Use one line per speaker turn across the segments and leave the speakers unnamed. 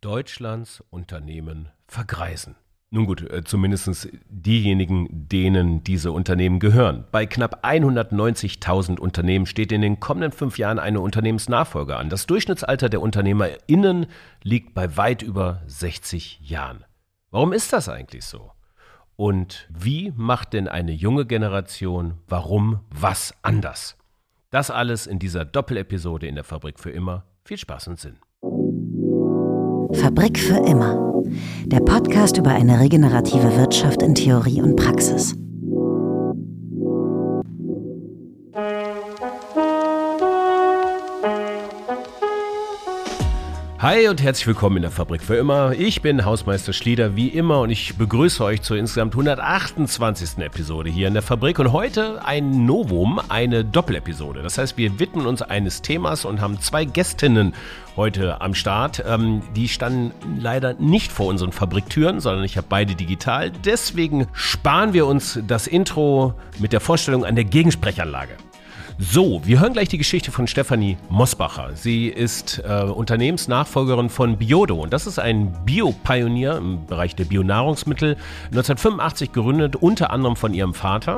Deutschlands Unternehmen vergreisen. Nun gut, zumindest diejenigen, denen diese Unternehmen gehören. Bei knapp 190.000 Unternehmen steht in den kommenden 5 Jahren eine Unternehmensnachfolge an. Das Durchschnittsalter der UnternehmerInnen liegt bei weit über 60 Jahren. Warum ist das eigentlich so? Und wie macht denn eine junge Generation was anders? Das alles in dieser Doppelepisode in der Fabrik für immer. Viel Spaß und Sinn.
Fabrik für immer. Der Podcast über eine regenerative Wirtschaft in Theorie und Praxis.
Hi und herzlich willkommen in der Fabrik für immer. Ich bin Hausmeister Schlieder wie immer und ich begrüße euch zur insgesamt 128. Episode hier in der Fabrik. Und heute ein Novum, eine Doppelepisode. Das heißt, wir widmen uns eines Themas und haben 2 Gästinnen heute am Start. Die standen leider nicht vor unseren Fabriktüren, sondern ich habe beide digital. Deswegen sparen wir uns das Intro mit der Vorstellung an der Gegensprechanlage. So, wir hören gleich die Geschichte von Stefanie Mosbacher. Sie ist Unternehmensnachfolgerin von Biodo und das ist ein Biopionier im Bereich der Bionahrungsmittel, 1985 gegründet, unter anderem von ihrem Vater.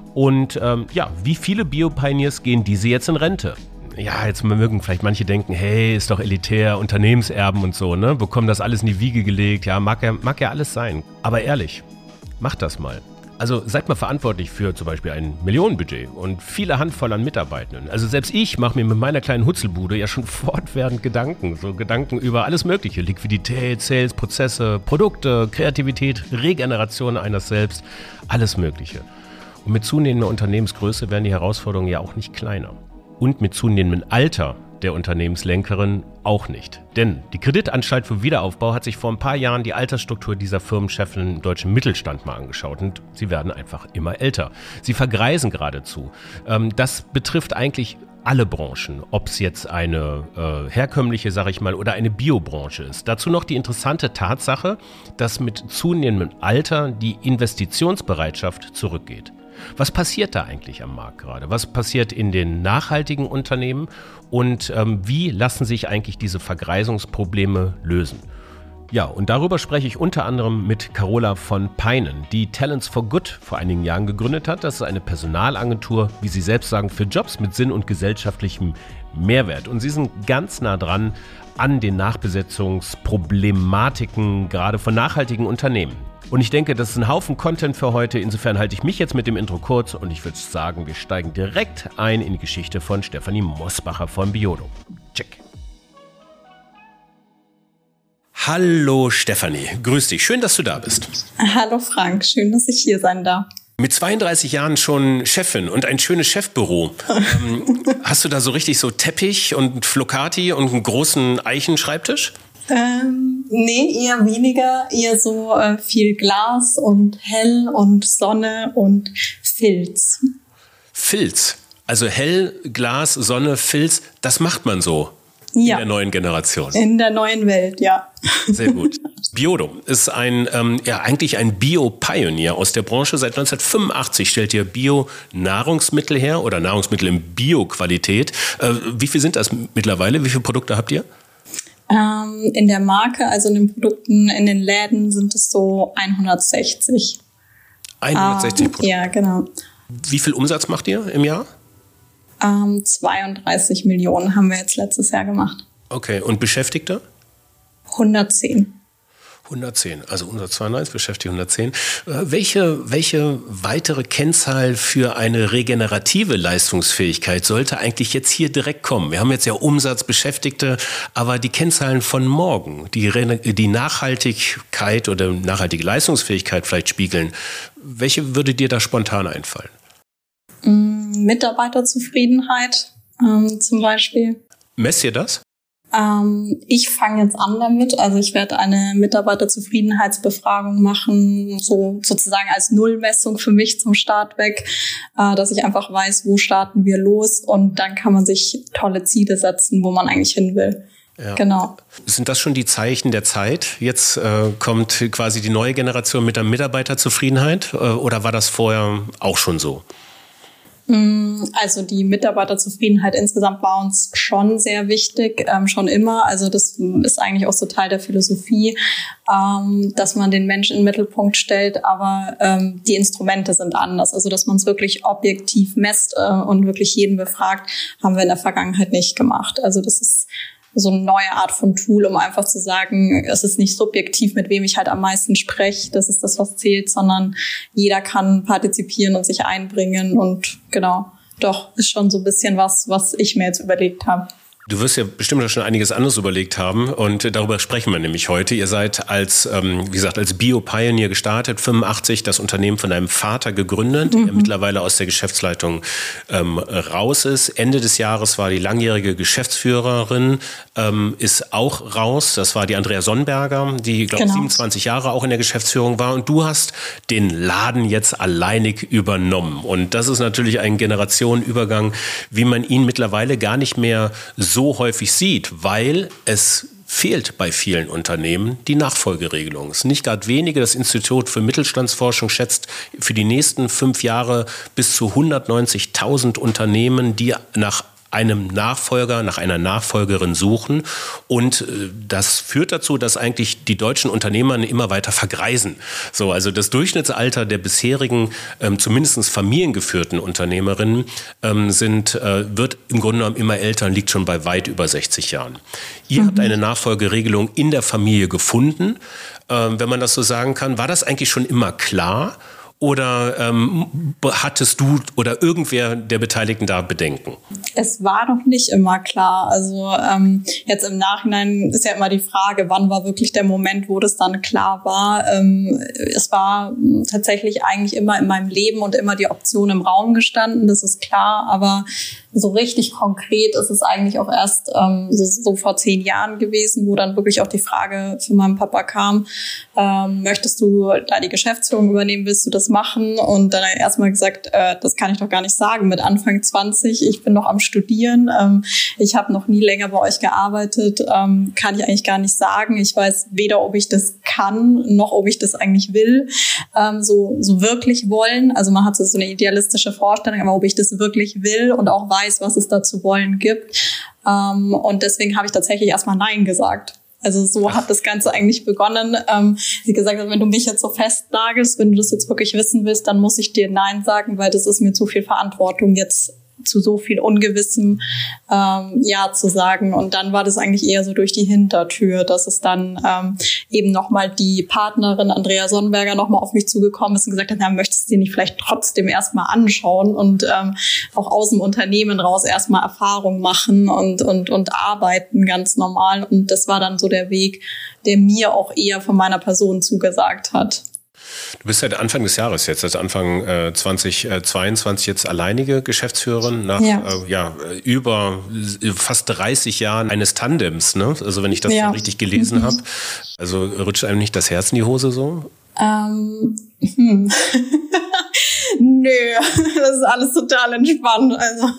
Und wie viele Biopioneers gehen diese jetzt in Rente? Ja, jetzt mögen vielleicht manche denken, hey, ist doch elitär, Unternehmenserben und so, ne? Bekommen das alles in die Wiege gelegt, ja, mag ja alles sein. Aber ehrlich, macht das mal. Also seid mal verantwortlich für zum Beispiel ein Millionenbudget und viele Handvoll an Mitarbeitenden. Also selbst ich mache mir mit meiner kleinen Hutzelbude ja schon fortwährend Gedanken. So Gedanken über alles Mögliche. Liquidität, Sales, Prozesse, Produkte, Kreativität, Regeneration eines selbst. Alles Mögliche. Und mit zunehmender Unternehmensgröße werden die Herausforderungen ja auch nicht kleiner. Und mit zunehmendem Alter der Unternehmenslenkerin auch nicht. Denn die Kreditanstalt für Wiederaufbau hat sich vor ein paar Jahren die Altersstruktur dieser Firmenchefin im deutschen Mittelstand mal angeschaut und sie werden einfach immer älter. Sie vergreisen geradezu. Das betrifft eigentlich alle Branchen, ob es jetzt eine herkömmliche, sage ich mal, oder eine Biobranche ist. Dazu noch die interessante Tatsache, dass mit zunehmendem Alter die Investitionsbereitschaft zurückgeht. Was passiert da eigentlich am Markt gerade? Was passiert in den nachhaltigen Unternehmen und wie lassen sich eigentlich diese Vergreisungsprobleme lösen? Ja, und darüber spreche ich unter anderem mit Carola von Peinen, die Talents for Good vor einigen Jahren gegründet hat. Das ist eine Personalagentur, wie sie selbst sagen, für Jobs mit Sinn und gesellschaftlichem Mehrwert. Und sie sind ganz nah dran an den Nachbesetzungsproblematiken, gerade von nachhaltigen Unternehmen. Und ich denke, das ist ein Haufen Content für heute. Insofern halte ich mich jetzt mit dem Intro kurz und ich würde sagen, wir steigen direkt ein in die Geschichte von Stefanie Mosbacher von Biodo. Check. Hallo Stefanie, grüß dich. Schön, dass du da bist.
Hallo Frank, schön, dass ich hier sein darf.
Mit 32 Jahren schon Chefin und ein schönes Chefbüro. Hast du da so richtig so Teppich und Flocati und einen großen Eichenschreibtisch?
Nee, eher weniger. Eher so viel Glas und hell und Sonne und Filz.
Filz? Also hell, Glas, Sonne, Filz, das macht man so in der neuen Generation.
In der neuen Welt, ja.
Sehr gut. Biodo ist eigentlich ein Bio-Pionier aus der Branche. Seit 1985 stellt ihr Bio-Nahrungsmittel her oder Nahrungsmittel in Bio-Qualität. Wie viel sind das mittlerweile? Wie viele Produkte habt ihr?
In der Marke, also in den Produkten, in den Läden sind es so 160.
160 Produkte?
Ja, genau.
Wie viel Umsatz macht ihr im Jahr?
32 Millionen haben wir jetzt letztes Jahr gemacht.
Okay, und Beschäftigte?
110.
110, also Umsatz 92, Beschäftigte 110. Welche weitere Kennzahl für eine regenerative Leistungsfähigkeit sollte eigentlich jetzt hier direkt kommen? Wir haben jetzt ja Umsatz, Beschäftigte, aber die Kennzahlen von morgen, die Nachhaltigkeit oder nachhaltige Leistungsfähigkeit vielleicht spiegeln, welche würde dir da spontan einfallen?
Mitarbeiterzufriedenheit zum Beispiel.
Messt ihr das?
Ich fange jetzt an damit. Also ich werde eine Mitarbeiterzufriedenheitsbefragung machen, so sozusagen als Nullmessung für mich zum Start weg, dass ich einfach weiß, wo starten wir los und dann kann man sich tolle Ziele setzen, wo man eigentlich hin will.
Ja.
Genau.
Sind das schon die Zeichen der Zeit? Jetzt kommt quasi die neue Generation mit der Mitarbeiterzufriedenheit oder war das vorher auch schon so?
Also die Mitarbeiterzufriedenheit insgesamt war uns schon sehr wichtig, schon immer. Also das ist eigentlich auch so Teil der Philosophie, dass man den Menschen in den Mittelpunkt stellt, aber die Instrumente sind anders. Also dass man es wirklich objektiv messt und wirklich jeden befragt, haben wir in der Vergangenheit nicht gemacht. Also das ist so eine neue Art von Tool, um einfach zu sagen, es ist nicht subjektiv, mit wem ich halt am meisten spreche, das ist das, was zählt, sondern jeder kann partizipieren und sich einbringen und genau, doch, ist schon so ein bisschen was ich mir jetzt überlegt habe.
Du wirst ja bestimmt auch schon einiges anderes überlegt haben und darüber sprechen wir nämlich heute. Ihr seid als Bio-Pioneer gestartet, 85 das Unternehmen von deinem Vater gegründet, der mittlerweile aus der Geschäftsleitung raus ist. Ende des Jahres war die langjährige Geschäftsführerin, ist auch raus. Das war die Andrea Sonnberger, die, glaube ich, 27 Jahre auch in der Geschäftsführung war. Und du hast den Laden jetzt alleinig übernommen. Und das ist natürlich ein Generationenübergang, wie man ihn mittlerweile gar nicht mehr so häufig sieht, weil es fehlt bei vielen Unternehmen die Nachfolgeregelung. Es ist nicht gerade wenige. Das Institut für Mittelstandsforschung schätzt für die nächsten 5 Jahre bis zu 190.000 Unternehmen, die nach einem Nachfolger, nach einer Nachfolgerin suchen. Und das führt dazu, dass eigentlich die deutschen Unternehmer immer weiter vergreisen. So, also das Durchschnittsalter der bisherigen, zumindest familiengeführten Unternehmerinnen wird im Grunde genommen immer älter und liegt schon bei weit über 60 Jahren. Ihr habt eine Nachfolgeregelung in der Familie gefunden, wenn man das so sagen kann. War das eigentlich schon immer klar? Oder hattest du oder irgendwer der Beteiligten da Bedenken?
Es war noch nicht immer klar. Also jetzt im Nachhinein ist ja immer die Frage, wann war wirklich der Moment, wo das dann klar war. Es war tatsächlich eigentlich immer in meinem Leben und immer die Option im Raum gestanden, das ist klar. Aber so richtig konkret ist es eigentlich auch erst so vor 10 Jahren gewesen, wo dann wirklich auch die Frage von meinem Papa kam, möchtest du da die Geschäftsführung übernehmen, willst du das machen? Und dann hat er erstmal gesagt, das kann ich doch gar nicht sagen. Mit Anfang 20, ich bin noch am Studieren, ich habe noch nie länger bei euch gearbeitet, kann ich eigentlich gar nicht sagen. Ich weiß weder, ob ich das kann, noch ob ich das eigentlich will, so wirklich wollen. Also man hat so eine idealistische Vorstellung, aber ob ich das wirklich will und auch weiß, was es da zu wollen gibt. Und deswegen habe ich tatsächlich erstmal Nein gesagt. Also so hat das Ganze eigentlich begonnen. Wie gesagt, wenn du mich jetzt so festnagelst, wenn du das jetzt wirklich wissen willst, dann muss ich dir Nein sagen, weil das ist mir zu viel Verantwortung, jetzt zu so viel Ungewissem Ja zu sagen. Und dann war das eigentlich eher so durch die Hintertür, dass es dann eben nochmal die Partnerin Andrea Sonnberger nochmal auf mich zugekommen ist und gesagt hat, na, möchtest du dir nicht vielleicht trotzdem erstmal anschauen und auch aus dem Unternehmen raus erstmal Erfahrung machen und arbeiten ganz normal. Und das war dann so der Weg, der mir auch eher von meiner Person zugesagt hat.
Du bist seit Anfang des Jahres jetzt, seit Anfang 2022 jetzt alleinige Geschäftsführerin nach über fast 30 Jahren eines Tandems, ne? Also wenn ich das so richtig gelesen habe. Also rutscht einem nicht das Herz in die Hose so?
Nö, das ist alles total entspannt. Also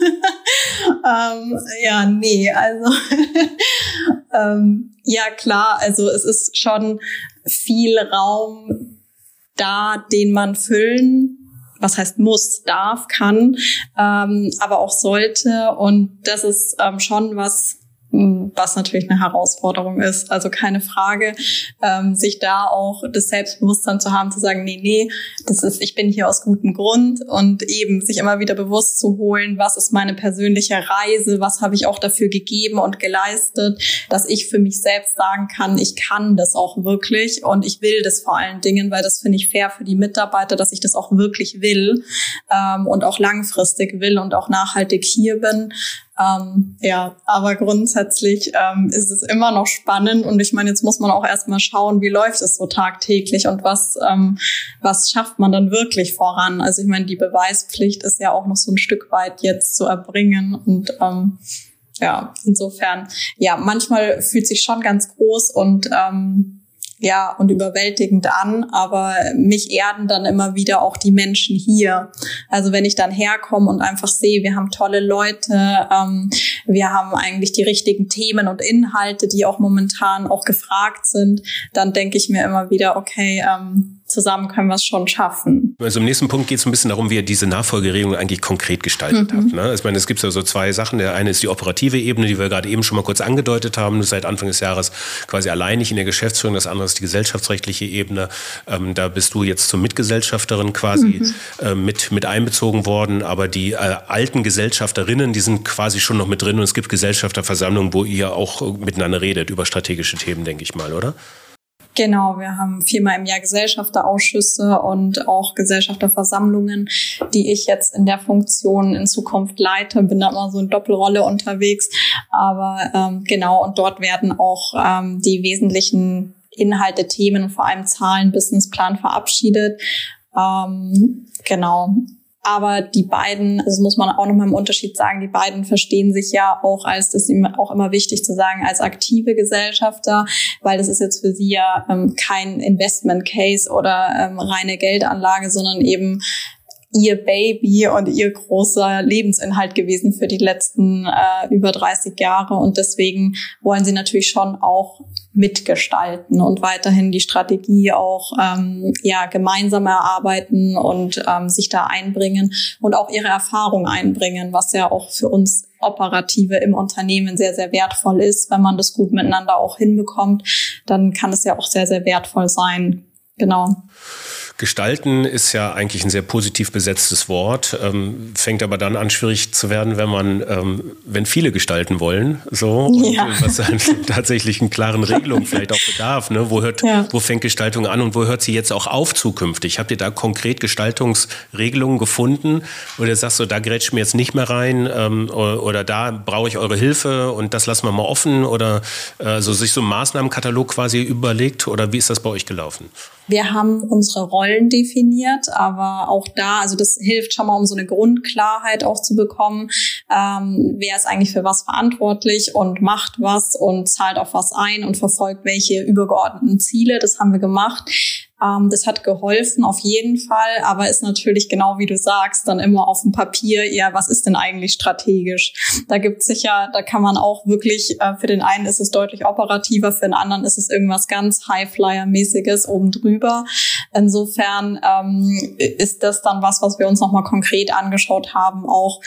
ja klar, also es ist schon viel Raum da, den man füllen, was heißt muss, darf, kann, aber auch sollte. Und das ist schon was natürlich eine Herausforderung ist. Also keine Frage, sich da auch das Selbstbewusstsein zu haben, zu sagen, nee, ich bin hier aus gutem Grund und eben sich immer wieder bewusst zu holen, was ist meine persönliche Reise, was habe ich auch dafür gegeben und geleistet, dass ich für mich selbst sagen kann, ich kann das auch wirklich und ich will das vor allen Dingen, weil das finde ich fair für die Mitarbeiter, dass ich das auch wirklich will und auch langfristig will und auch nachhaltig hier bin. Aber grundsätzlich ist es immer noch spannend und ich meine, jetzt muss man auch erstmal schauen, wie läuft es so tagtäglich und was schafft man dann wirklich voran. Also ich meine, die Beweispflicht ist ja auch noch so ein Stück weit jetzt zu erbringen und insofern, manchmal fühlt sich schon ganz groß und und überwältigend an, aber mich erden dann immer wieder auch die Menschen hier. Also wenn ich dann herkomme und einfach sehe, wir haben tolle Leute, wir haben eigentlich die richtigen Themen und Inhalte, die auch momentan auch gefragt sind, dann denke ich mir immer wieder, okay, zusammen können wir es schon schaffen.
Also im nächsten Punkt geht es ein bisschen darum, wie ihr diese Nachfolgeregelung eigentlich konkret gestaltet habt. Ne? Ich meine, es gibt ja so zwei Sachen. Der eine ist die operative Ebene, die wir gerade eben schon mal kurz angedeutet haben. Seit Anfang des Jahres quasi alleinig in der Geschäftsführung. Das andere ist die gesellschaftsrechtliche Ebene. Da bist du jetzt zur Mitgesellschafterin quasi mit einbezogen worden. Aber die alten Gesellschafterinnen, die sind quasi schon noch mit drin. Und es gibt Gesellschafterversammlungen, wo ihr auch miteinander redet über strategische Themen, denke ich mal, oder?
Genau, wir haben 4-mal im Jahr Gesellschafterausschüsse und auch Gesellschafterversammlungen, die ich jetzt in der Funktion in Zukunft leite. Bin da immer so in Doppelrolle unterwegs. Aber genau, und dort werden auch die wesentlichen Inhalte, Themen und vor allem Zahlen, Businessplan verabschiedet. Genau. Aber die beiden, also das muss man auch nochmal im Unterschied sagen, die beiden verstehen sich ja auch als, das ist ihm auch immer wichtig zu sagen, als aktive Gesellschafter, weil das ist jetzt für sie ja kein Investment Case oder reine Geldanlage, sondern eben ihr Baby und ihr großer Lebensinhalt gewesen für die letzten über 30 Jahre. Und deswegen wollen sie natürlich schon auch mitgestalten und weiterhin die Strategie auch gemeinsam erarbeiten und sich da einbringen und auch ihre Erfahrung einbringen, was ja auch für uns Operative im Unternehmen sehr, sehr wertvoll ist. Wenn man das gut miteinander auch hinbekommt, dann kann es ja auch sehr, sehr wertvoll sein. Genau.
Gestalten ist ja eigentlich ein sehr positiv besetztes Wort, fängt aber dann an, schwierig zu werden, wenn viele gestalten wollen, so, und was dann tatsächlich einen klaren Regelungen vielleicht auch bedarf, ne? Wo fängt Gestaltung an und wo hört sie jetzt auch auf zukünftig? Habt ihr da konkret Gestaltungsregelungen gefunden, oder sagst du, da grätsch mir jetzt nicht mehr rein, oder da brauche ich eure Hilfe und das lassen wir mal offen, oder sich so einen Maßnahmenkatalog quasi überlegt, oder wie ist das bei euch gelaufen?
Wir haben unsere Rollen definiert, aber auch da, also das hilft schon mal, um so eine Grundklarheit auch zu bekommen. Wer ist eigentlich für was verantwortlich und macht was und zahlt auf was ein und verfolgt welche übergeordneten Ziele. Das haben wir gemacht. Das hat geholfen auf jeden Fall, aber ist natürlich genau wie du sagst, dann immer auf dem Papier, was ist denn eigentlich strategisch? Da gibt's sicher, da kann man auch wirklich, für den einen ist es deutlich operativer, für den anderen ist es irgendwas ganz Highflyer-mäßiges oben drüber. Insofern ist das dann was wir uns nochmal konkret angeschaut haben, auch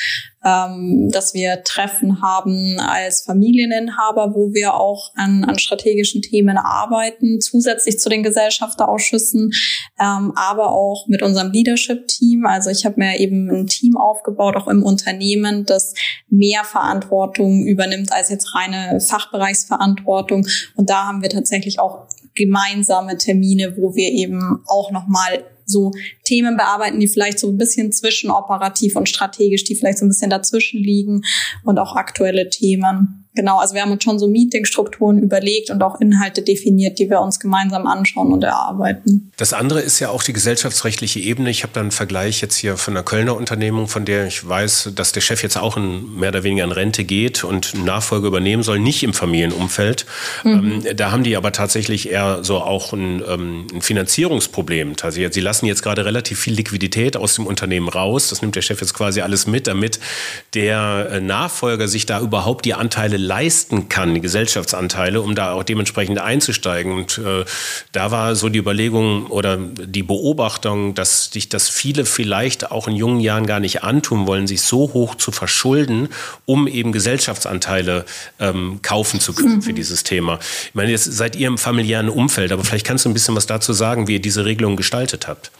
dass wir Treffen haben als Familieninhaber, wo wir auch an strategischen Themen arbeiten, zusätzlich zu den Gesellschafterausschüssen, aber auch mit unserem Leadership-Team. Also ich habe mir eben ein Team aufgebaut, auch im Unternehmen, das mehr Verantwortung übernimmt als jetzt reine Fachbereichsverantwortung. Und da haben wir tatsächlich auch gemeinsame Termine, wo wir eben auch nochmal so Themen bearbeiten, die vielleicht so ein bisschen zwischen operativ und strategisch, die vielleicht so ein bisschen dazwischen liegen, und auch aktuelle Themen. Genau, also wir haben uns schon so Meetingstrukturen überlegt und auch Inhalte definiert, die wir uns gemeinsam anschauen und erarbeiten.
Das andere ist ja auch die gesellschaftsrechtliche Ebene. Ich habe da einen Vergleich jetzt hier von einer Kölner Unternehmung, von der ich weiß, dass der Chef jetzt auch mehr oder weniger in Rente geht und einen Nachfolger übernehmen soll, nicht im Familienumfeld. Da haben die aber tatsächlich eher so auch ein Finanzierungsproblem. Also sie lassen jetzt gerade relativ viel Liquidität aus dem Unternehmen raus. Das nimmt der Chef jetzt quasi alles mit, damit der Nachfolger sich da überhaupt die Anteile leisten kann, die Gesellschaftsanteile, um da auch dementsprechend einzusteigen. Und da war so die Überlegung oder die Beobachtung, dass sich das viele vielleicht auch in jungen Jahren gar nicht antun wollen, sich so hoch zu verschulden, um eben Gesellschaftsanteile kaufen zu können für dieses Thema. Ich meine, jetzt seid ihr im familiären Umfeld, aber vielleicht kannst du ein bisschen was dazu sagen, wie ihr diese Regelung gestaltet habt.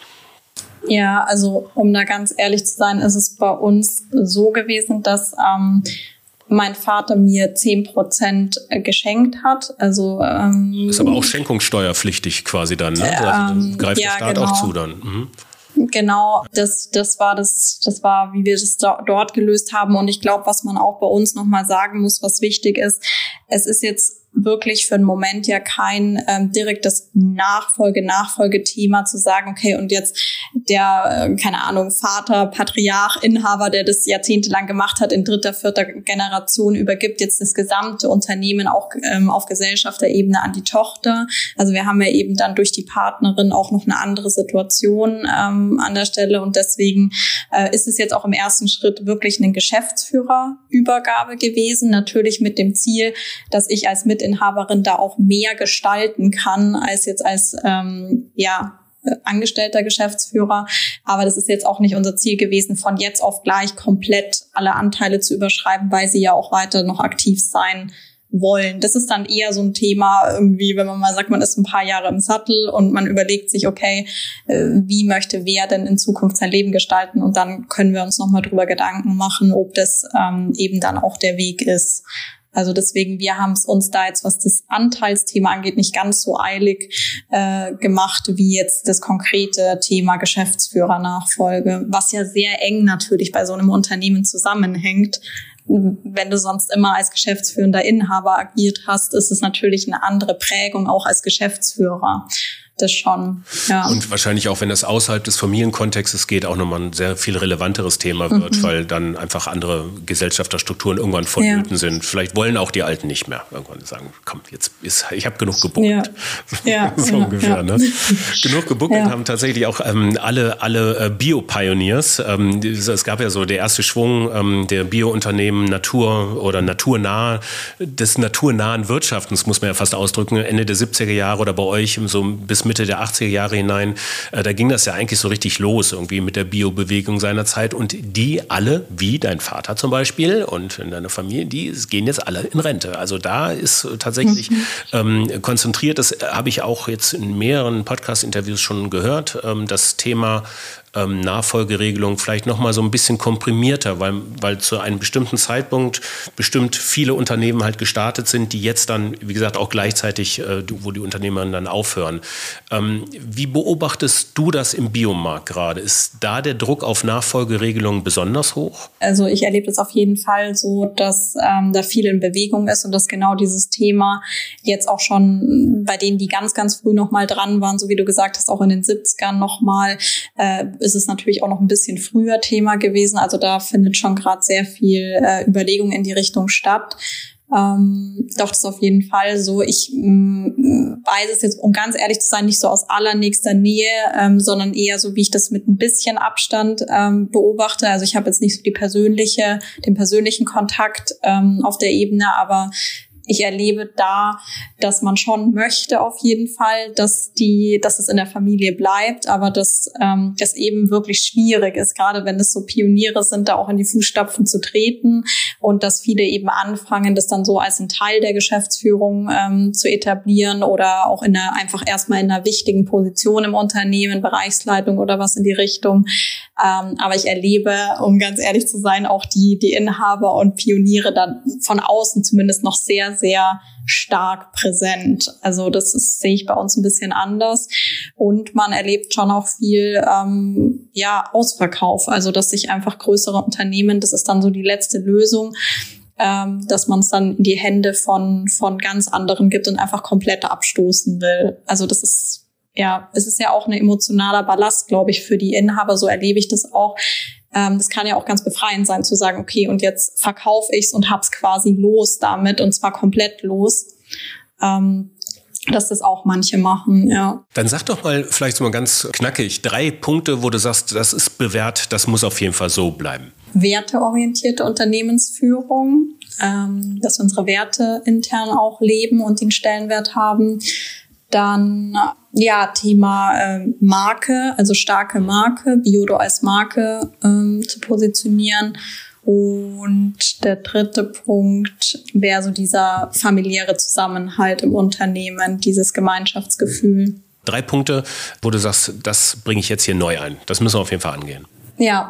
Ja, also um da ganz ehrlich zu sein, ist es bei uns so gewesen, dass mein Vater mir 10% geschenkt hat. Also
ist aber auch schenkungssteuerpflichtig quasi dann, ne? Also greift der Staat auch zu dann.
Genau, das war, wie wir das dort gelöst haben. Und ich glaube, was man auch bei uns nochmal sagen muss, was wichtig ist, es ist jetzt wirklich für einen Moment ja kein direktes Nachfolgethema zu sagen, okay, und jetzt der, keine Ahnung, Vater, Patriarch, Inhaber, der das jahrzehntelang gemacht hat, in 3., 4. Generation übergibt jetzt das gesamte Unternehmen auch auf Gesellschafterebene an die Tochter. Also wir haben ja eben dann durch die Partnerin auch noch eine andere Situation an der Stelle, und deswegen ist es jetzt auch im ersten Schritt wirklich eine Geschäftsführerübergabe gewesen, natürlich mit dem Ziel, dass ich als Mitinhaberin da auch mehr gestalten kann als jetzt als angestellter Geschäftsführer. Aber das ist jetzt auch nicht unser Ziel gewesen, von jetzt auf gleich komplett alle Anteile zu überschreiben, weil sie ja auch weiter noch aktiv sein wollen. Das ist dann eher so ein Thema irgendwie, wenn man mal sagt, man ist ein paar Jahre im Sattel und man überlegt sich, okay, wie möchte wer denn in Zukunft sein Leben gestalten? Und dann können wir uns nochmal drüber Gedanken machen, ob das eben dann auch der Weg ist. Also deswegen, wir haben es uns da jetzt, was das Anteilsthema angeht, nicht ganz so eilig gemacht, wie jetzt das konkrete Thema Geschäftsführernachfolge, was ja sehr eng natürlich bei so einem Unternehmen zusammenhängt. Wenn du sonst immer als geschäftsführender Inhaber agiert hast, ist es natürlich eine andere Prägung auch als Geschäftsführer. Das schon, ja.
Und wahrscheinlich auch, wenn das außerhalb des Familienkontextes geht, auch nochmal ein sehr viel relevanteres Thema wird, weil dann einfach andere Gesellschafterstrukturen irgendwann vonnöten sind. Vielleicht wollen auch die Alten nicht mehr irgendwann sagen, komm, ich habe genug gebuckelt.
Ja.
So ungefähr, ne? Genug gebuckelt haben tatsächlich auch alle Bio-Pioneers. Es gab ja so der erste Schwung der Bio-Unternehmen Natur oder des naturnahen Wirtschaftens, muss man ja fast ausdrücken, Ende der 70er Jahre oder bei euch so bis Mitte der 80er Jahre hinein, da ging das ja eigentlich so richtig los irgendwie mit der Bio-Bewegung seiner Zeit und die alle, wie dein Vater zum Beispiel und in deiner Familie, die gehen jetzt alle in Rente. Also da ist tatsächlich konzentriert, das habe ich auch jetzt in mehreren Podcast-Interviews schon gehört, das Thema Nachfolgeregelung vielleicht noch mal so ein bisschen komprimierter, weil zu einem bestimmten Zeitpunkt bestimmt viele Unternehmen halt gestartet sind, die jetzt dann, wie gesagt, auch gleichzeitig, wo die Unternehmer dann aufhören. Wie beobachtest du das im Biomarkt gerade? Ist da der Druck auf Nachfolgeregelungen besonders hoch?
Also ich erlebe das auf jeden Fall so, dass da viel in Bewegung ist und dass genau dieses Thema jetzt auch schon bei denen, die ganz, ganz früh noch mal dran waren, so wie du gesagt hast, auch in den 70ern noch mal, ist es natürlich auch noch ein bisschen früher Thema gewesen. Also da findet schon gerade sehr viel Überlegung in die Richtung statt. Doch, das ist auf jeden Fall so. Ich weiß es jetzt, um ganz ehrlich zu sein, nicht so aus allernächster Nähe, sondern eher so, wie ich das mit ein bisschen Abstand beobachte. Also ich habe jetzt nicht so den persönlichen Kontakt auf der Ebene, aber ich erlebe da, dass man schon möchte auf jeden Fall, dass es in der Familie bleibt, aber dass es eben wirklich schwierig ist, gerade wenn es so Pioniere sind, da auch in die Fußstapfen zu treten und dass viele eben anfangen, das dann so als einen Teil der Geschäftsführung zu etablieren oder auch einfach erstmal in einer wichtigen Position im Unternehmen, Bereichsleitung oder was in die Richtung. Aber ich erlebe, um ganz ehrlich zu sein, auch die Inhaber und Pioniere dann von außen zumindest noch sehr, sehr stark präsent. Also sehe ich bei uns ein bisschen anders. Und man erlebt schon auch viel Ausverkauf. Also dass sich einfach größere Unternehmen, das ist dann so die letzte Lösung, dass man es dann in die Hände von ganz anderen gibt und einfach komplett abstoßen will. Also das ist es ist ja auch ein emotionaler Ballast, glaube ich, für die Inhaber. So erlebe ich das auch. Das kann ja auch ganz befreiend sein, zu sagen, okay, und jetzt verkaufe ich's und hab's quasi los damit, und zwar komplett los. Dass das auch manche machen, ja.
Dann sag doch mal vielleicht so mal ganz knackig 3 Punkte, wo du sagst, das ist bewährt, das muss auf jeden Fall so bleiben.
Werteorientierte Unternehmensführung, dass wir unsere Werte intern auch leben und den Stellenwert haben. Dann Thema Marke, also starke Marke, Biodo als Marke zu positionieren. Und der 3. Punkt wäre so dieser familiäre Zusammenhalt im Unternehmen, dieses Gemeinschaftsgefühl.
3 Punkte, wo du sagst, das bringe ich jetzt hier neu ein. Das müssen wir auf jeden Fall angehen.
Ja,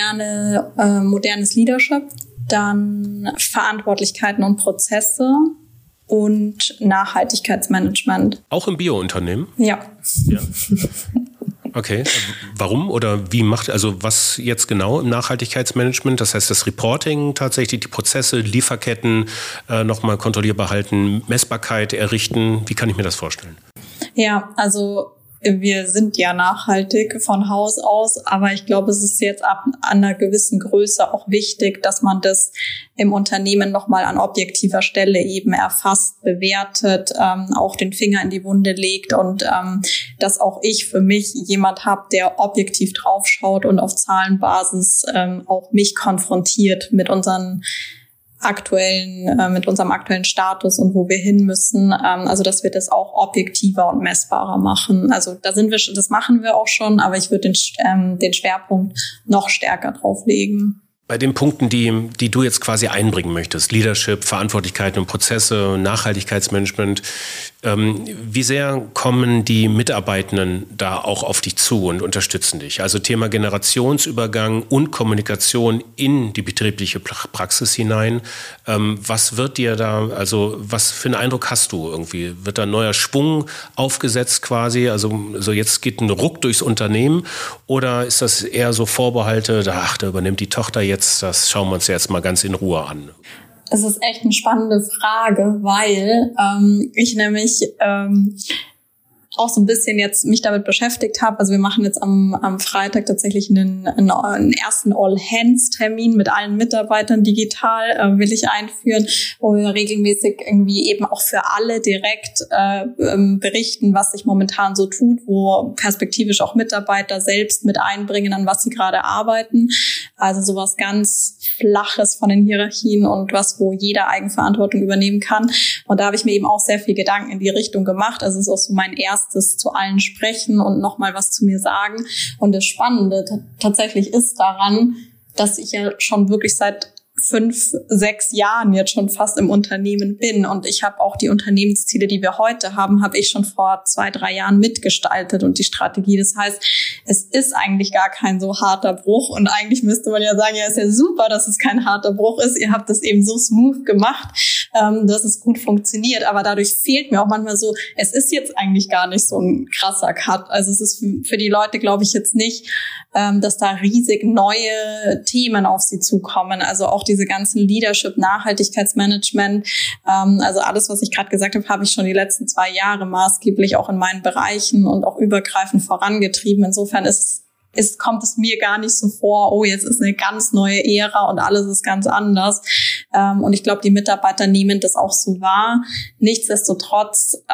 modernes Leadership, dann Verantwortlichkeiten und Prozesse und Nachhaltigkeitsmanagement.
Auch im Bio-Unternehmen?
Ja.
Okay, warum oder was jetzt genau im Nachhaltigkeitsmanagement? Das heißt, das Reporting tatsächlich, die Prozesse, Lieferketten nochmal kontrollierbar halten, Messbarkeit errichten. Wie kann ich mir das vorstellen?
Ja, also wir sind ja nachhaltig von Haus aus, aber ich glaube, es ist jetzt ab einer gewissen Größe auch wichtig, dass man das im Unternehmen nochmal an objektiver Stelle eben erfasst, bewertet, auch den Finger in die Wunde legt und dass auch ich für mich jemand habe, der objektiv draufschaut und auf Zahlenbasis auch mich konfrontiert mit unseren mit unserem aktuellen Status und wo wir hin müssen. Also dass wir das auch objektiver und messbarer machen. Also das machen wir auch schon, aber ich würde den Schwerpunkt noch stärker drauf legen.
Bei den Punkten, die du jetzt quasi einbringen möchtest, Leadership, Verantwortlichkeiten und Prozesse, Nachhaltigkeitsmanagement, wie sehr kommen die Mitarbeitenden da auch auf dich zu und unterstützen dich? Also Thema Generationsübergang und Kommunikation in die betriebliche Praxis hinein. Was wird dir da, also was für einen Eindruck hast du irgendwie? Wird da ein neuer Schwung aufgesetzt quasi? Also so jetzt geht ein Ruck durchs Unternehmen oder ist das eher so Vorbehalte, da übernimmt die Tochter jetzt, das schauen wir uns jetzt mal ganz in Ruhe an?
Es ist echt eine spannende Frage, weil ich nämlich auch so ein bisschen jetzt mich damit beschäftigt habe. Also wir machen jetzt am Freitag tatsächlich einen ersten All-Hands-Termin mit allen Mitarbeitern digital, will ich einführen, wo wir regelmäßig irgendwie eben auch für alle direkt berichten, was sich momentan so tut, wo perspektivisch auch Mitarbeiter selbst mit einbringen, an was sie gerade arbeiten. Also sowas ganz Flaches von den Hierarchien und was, wo jeder Eigenverantwortung übernehmen kann. Und da habe ich mir eben auch sehr viel Gedanken in die Richtung gemacht. Also es ist auch so mein erstes zu allen sprechen und nochmal was zu mir sagen. Und das Spannende tatsächlich ist daran, dass ich ja schon wirklich seit 5-6 Jahren jetzt schon fast im Unternehmen bin und ich habe auch die Unternehmensziele, die wir heute haben, habe ich schon vor 2-3 Jahren mitgestaltet und die Strategie. Das heißt, es ist eigentlich gar kein so harter Bruch und eigentlich müsste man ja sagen, ja, ist ja super, dass es kein harter Bruch ist. Ihr habt das eben so smooth gemacht, dass es gut funktioniert, aber dadurch fehlt mir auch manchmal so, es ist jetzt eigentlich gar nicht so ein krasser Cut. Also es ist für die Leute, glaube ich, jetzt nicht, dass da riesig neue Themen auf sie zukommen. Also auch diese ganzen Leadership, Nachhaltigkeitsmanagement, also alles, was ich gerade gesagt habe, habe ich schon die letzten 2 Jahre maßgeblich auch in meinen Bereichen und auch übergreifend vorangetrieben. Insofern kommt es mir gar nicht so vor, oh, jetzt ist eine ganz neue Ära und alles ist ganz anders. Und ich glaube, die Mitarbeiter nehmen das auch so wahr. Nichtsdestotrotz,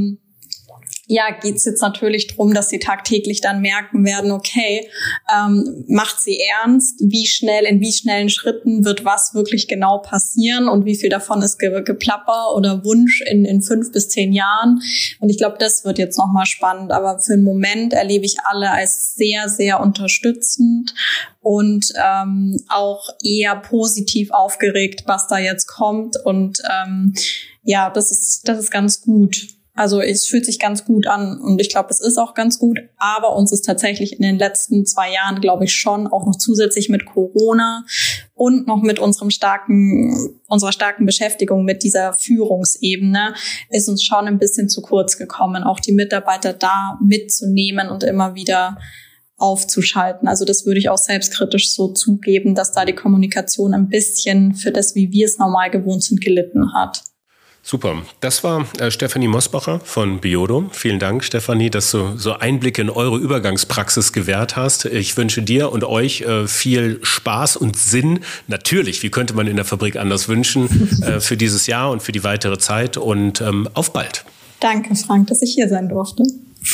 geht es jetzt natürlich drum, dass sie tagtäglich dann merken werden, okay, macht sie ernst, in wie schnellen Schritten wird was wirklich genau passieren und wie viel davon ist Geplapper oder Wunsch in 5 bis 10 Jahren. Und ich glaube, das wird jetzt nochmal spannend. Aber für den Moment erlebe ich alle als sehr, sehr unterstützend und auch eher positiv aufgeregt, was da jetzt kommt. Und das ist ganz gut. Also es fühlt sich ganz gut an und ich glaube, es ist auch ganz gut. Aber uns ist tatsächlich in den letzten 2 Jahren, glaube ich, schon auch noch zusätzlich mit Corona und noch mit unserer starken Beschäftigung mit dieser Führungsebene ist uns schon ein bisschen zu kurz gekommen, auch die Mitarbeiter da mitzunehmen und immer wieder aufzuschalten. Also das würde ich auch selbstkritisch so zugeben, dass da die Kommunikation ein bisschen für das, wie wir es normal gewohnt sind, gelitten hat.
Super. Das war Stefanie Mosbacher von Biodo. Vielen Dank, Stefanie, dass du so Einblicke in eure Übergangspraxis gewährt hast. Ich wünsche dir und euch viel Spaß und Sinn. Natürlich, wie könnte man in der Fabrik anders wünschen, für dieses Jahr und für die weitere Zeit. Und auf bald.
Danke, Frank, dass ich hier sein durfte.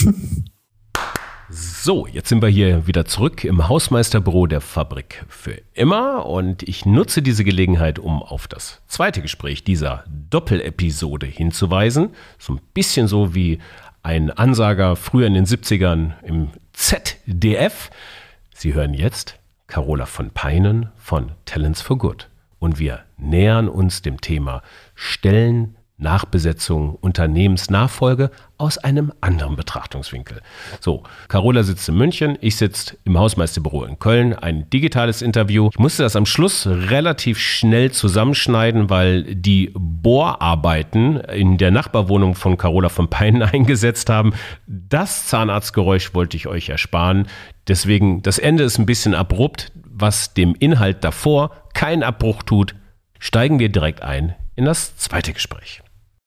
So, jetzt sind wir hier wieder zurück im Hausmeisterbüro der Fabrik für immer und ich nutze diese Gelegenheit, um auf das zweite Gespräch dieser Doppelepisode hinzuweisen. So ein bisschen so wie ein Ansager früher in den 70ern im ZDF. Sie hören jetzt Carola von Peinen von Talents for Good und wir nähern uns dem Thema Stellen, Nachbesetzung, Unternehmensnachfolge aus einem anderen Betrachtungswinkel. So, Carola sitzt in München, ich sitze im Hausmeisterbüro in Köln, ein digitales Interview. Ich musste das am Schluss relativ schnell zusammenschneiden, weil die Bohrarbeiten in der Nachbarwohnung von Carola von Peinen eingesetzt haben. Das Zahnarztgeräusch wollte ich euch ersparen. Deswegen, das Ende ist ein bisschen abrupt, was dem Inhalt davor keinen Abbruch tut. Steigen wir direkt ein in das zweite Gespräch.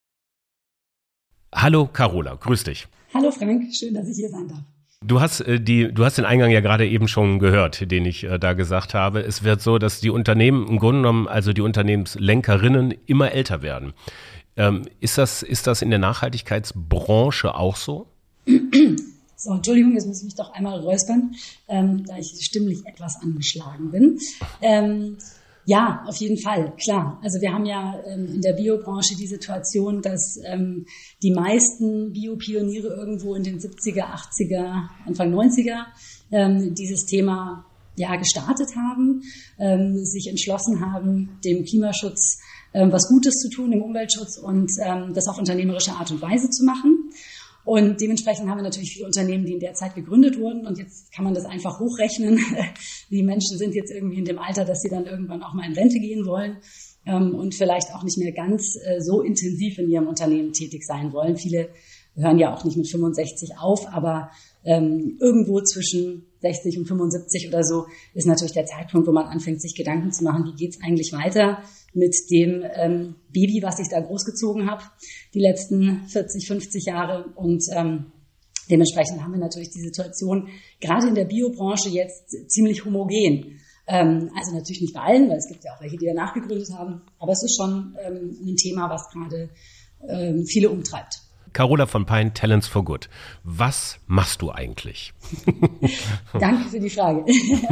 Hallo Carola, grüß dich.
Hallo Frank, schön, dass ich hier sein darf.
Du hast den Eingang ja gerade eben schon gehört, den ich da gesagt habe. Es wird so, dass die Unternehmen im Grunde genommen, also die Unternehmenslenkerinnen, immer älter werden. Ist das in der Nachhaltigkeitsbranche auch so?
So, Entschuldigung, jetzt muss ich mich doch einmal räuspern, da ich stimmlich etwas angeschlagen bin. Ja, auf jeden Fall, klar. Also wir haben ja in der Biobranche die Situation, dass die meisten Biopioniere irgendwo in den 70er, 80er, Anfang 90er dieses Thema gestartet haben, sich entschlossen haben, dem Klimaschutz was Gutes zu tun, dem Umweltschutz und das auf unternehmerische Art und Weise zu machen. Und dementsprechend haben wir natürlich viele Unternehmen, die in der Zeit gegründet wurden. Und jetzt kann man das einfach hochrechnen. Die Menschen sind jetzt irgendwie in dem Alter, dass sie dann irgendwann auch mal in Rente gehen wollen und vielleicht auch nicht mehr ganz so intensiv in ihrem Unternehmen tätig sein wollen. Viele hören ja auch nicht mit 65 auf, aber irgendwo zwischen 60 und 75 oder so ist natürlich der Zeitpunkt, wo man anfängt, sich Gedanken zu machen, wie geht's eigentlich weiter mit dem Baby, was ich da großgezogen habe, die letzten 40, 50 Jahre. Und dementsprechend haben wir natürlich die Situation, gerade in der Biobranche jetzt ziemlich homogen. Also natürlich nicht bei allen, weil es gibt ja auch welche, die danach gegründet haben. Aber es ist schon ein Thema, was gerade viele umtreibt.
Carola von Pein, Talents for Good. Was machst du eigentlich?
Danke für die Frage.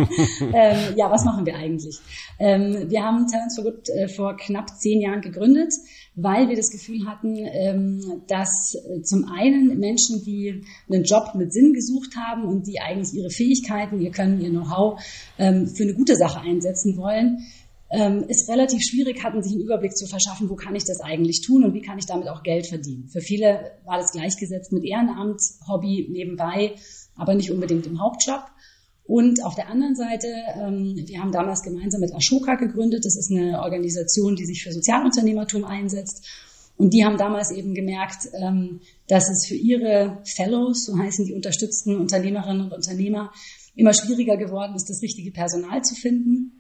Was machen wir eigentlich? Wir haben Talents for Good vor knapp 10 Jahren gegründet, weil wir das Gefühl hatten, dass zum einen Menschen, die einen Job mit Sinn gesucht haben und die eigentlich ihre Fähigkeiten, ihr Können, ihr Know-how für eine gute Sache einsetzen wollen, es relativ schwierig hatten, sich einen Überblick zu verschaffen, wo kann ich das eigentlich tun und wie kann ich damit auch Geld verdienen. Für viele war das gleichgesetzt mit Ehrenamt, Hobby nebenbei, aber nicht unbedingt im Hauptjob. Und auf der anderen Seite, wir haben damals gemeinsam mit Ashoka gegründet. Das ist eine Organisation, die sich für Sozialunternehmertum einsetzt. Und die haben damals eben gemerkt, dass es für ihre Fellows, so heißen die unterstützten Unternehmerinnen und Unternehmer, immer schwieriger geworden ist, das richtige Personal zu finden,